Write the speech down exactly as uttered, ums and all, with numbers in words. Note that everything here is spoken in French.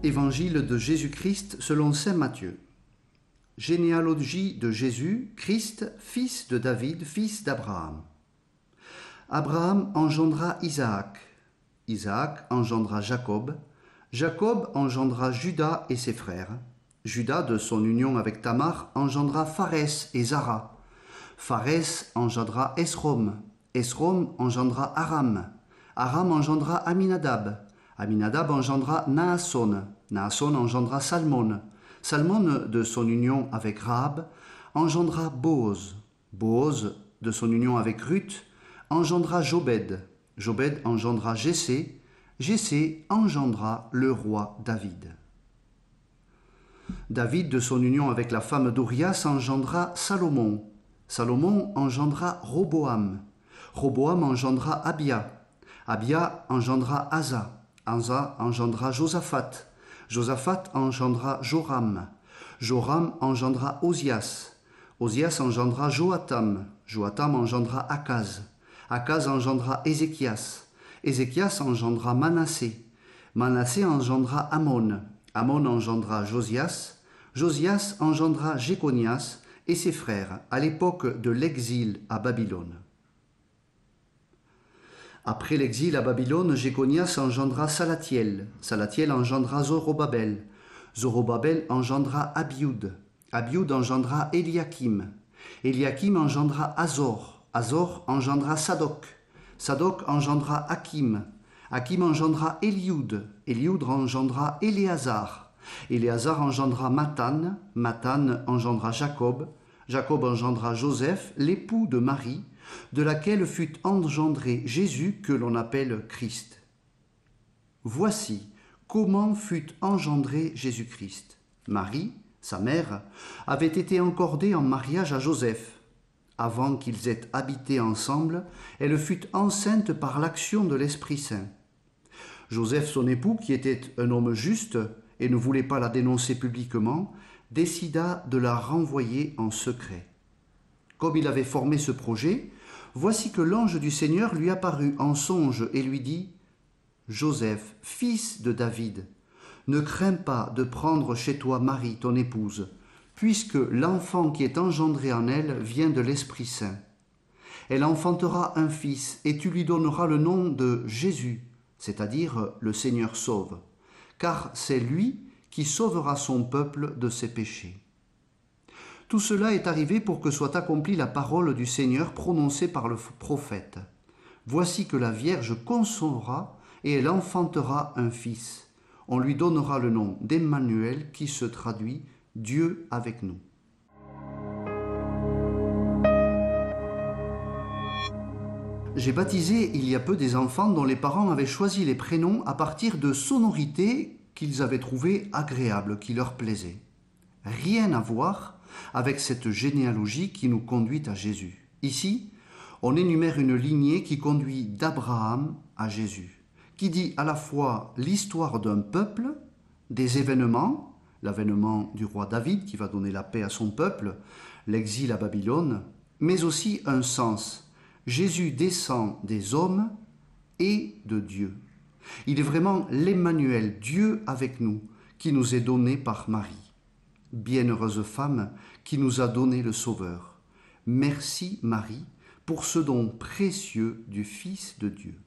Évangile de Jésus-Christ selon saint Matthieu. Généalogie de Jésus, Christ, fils de David, fils d'Abraham. Abraham engendra Isaac. Isaac engendra Jacob. Jacob engendra Judas et ses frères. Judas, de son union avec Tamar, engendra Pharès et Zara. Pharès engendra Esrom. Esrom engendra Aram. Aram engendra Aminadab. Aminadab engendra Naasson. Naasson engendra Salmon. Salmon, de son union avec Rahab, engendra Boaz. Boaz, de son union avec Ruth, engendra Jobed. Jobed engendra Jessé. Jessé engendra le roi David. David, de son union avec la femme d'Urias, engendra Salomon. Salomon engendra Roboam. Roboam engendra Abia. Abia engendra Asa. Asa engendra Josaphat. Josaphat engendra Joram. Joram engendra Osias. Osias engendra Joatam. Joatam engendra Akaz. Akaz engendra Ézéchias. Ézéchias engendra Manassé. Manassé engendra Amon. Amon engendra Josias. Josias engendra Jéconias et ses frères à l'époque de l'exil à Babylone. Après l'exil à Babylone, Jéconias engendra Salatiel. Salatiel engendra Zorobabel. Zorobabel engendra Abioud. Abioud engendra Eliakim. Eliakim engendra Azor. Azor engendra Sadok. Sadok engendra Hakim. Hakim engendra Élioud. Élioud engendra Éléazar. Éléazar engendra Mathan. Mathan engendra Jacob. Jacob engendra Joseph, l'époux de Marie, de laquelle fut engendré Jésus que l'on appelle Christ. Voici comment fut engendré Jésus-Christ. Marie, sa mère, avait été encordée en mariage à Joseph. Avant qu'ils aient habité ensemble, elle fut enceinte par l'action de l'Esprit Saint. Joseph, son époux, qui était un homme juste et ne voulait pas la dénoncer publiquement, décida de la renvoyer en secret. Comme il avait formé ce projet, voici que l'ange du Seigneur lui apparut en songe et lui dit « Joseph, fils de David, ne crains pas de prendre chez toi Marie, ton épouse, puisque l'enfant qui est engendré en elle vient de l'Esprit Saint. Elle enfantera un fils et tu lui donneras le nom de Jésus, c'est-à-dire le Seigneur sauve, car c'est lui qui sauvera son peuple de ses péchés. » Tout cela est arrivé pour que soit accomplie la parole du Seigneur prononcée par le prophète. Voici que la Vierge concevra et elle enfantera un fils. On lui donnera le nom d'Emmanuel qui se traduit « Dieu avec nous ». J'ai baptisé il y a peu des enfants dont les parents avaient choisi les prénoms à partir de sonorités qu'ils avaient trouvées agréables, qui leur plaisaient. Rien à voir avec cette généalogie qui nous conduit à Jésus. Ici, on énumère une lignée qui conduit d'Abraham à Jésus, qui dit à la fois l'histoire d'un peuple, des événements, l'avènement du roi David qui va donner la paix à son peuple, l'exil à Babylone, mais aussi un sens. Jésus descend des hommes et de Dieu. Il est vraiment l'Emmanuel, Dieu avec nous, qui nous est donné par Marie. Bienheureuse femme qui nous a donné le Sauveur. Merci Marie pour ce don précieux du Fils de Dieu.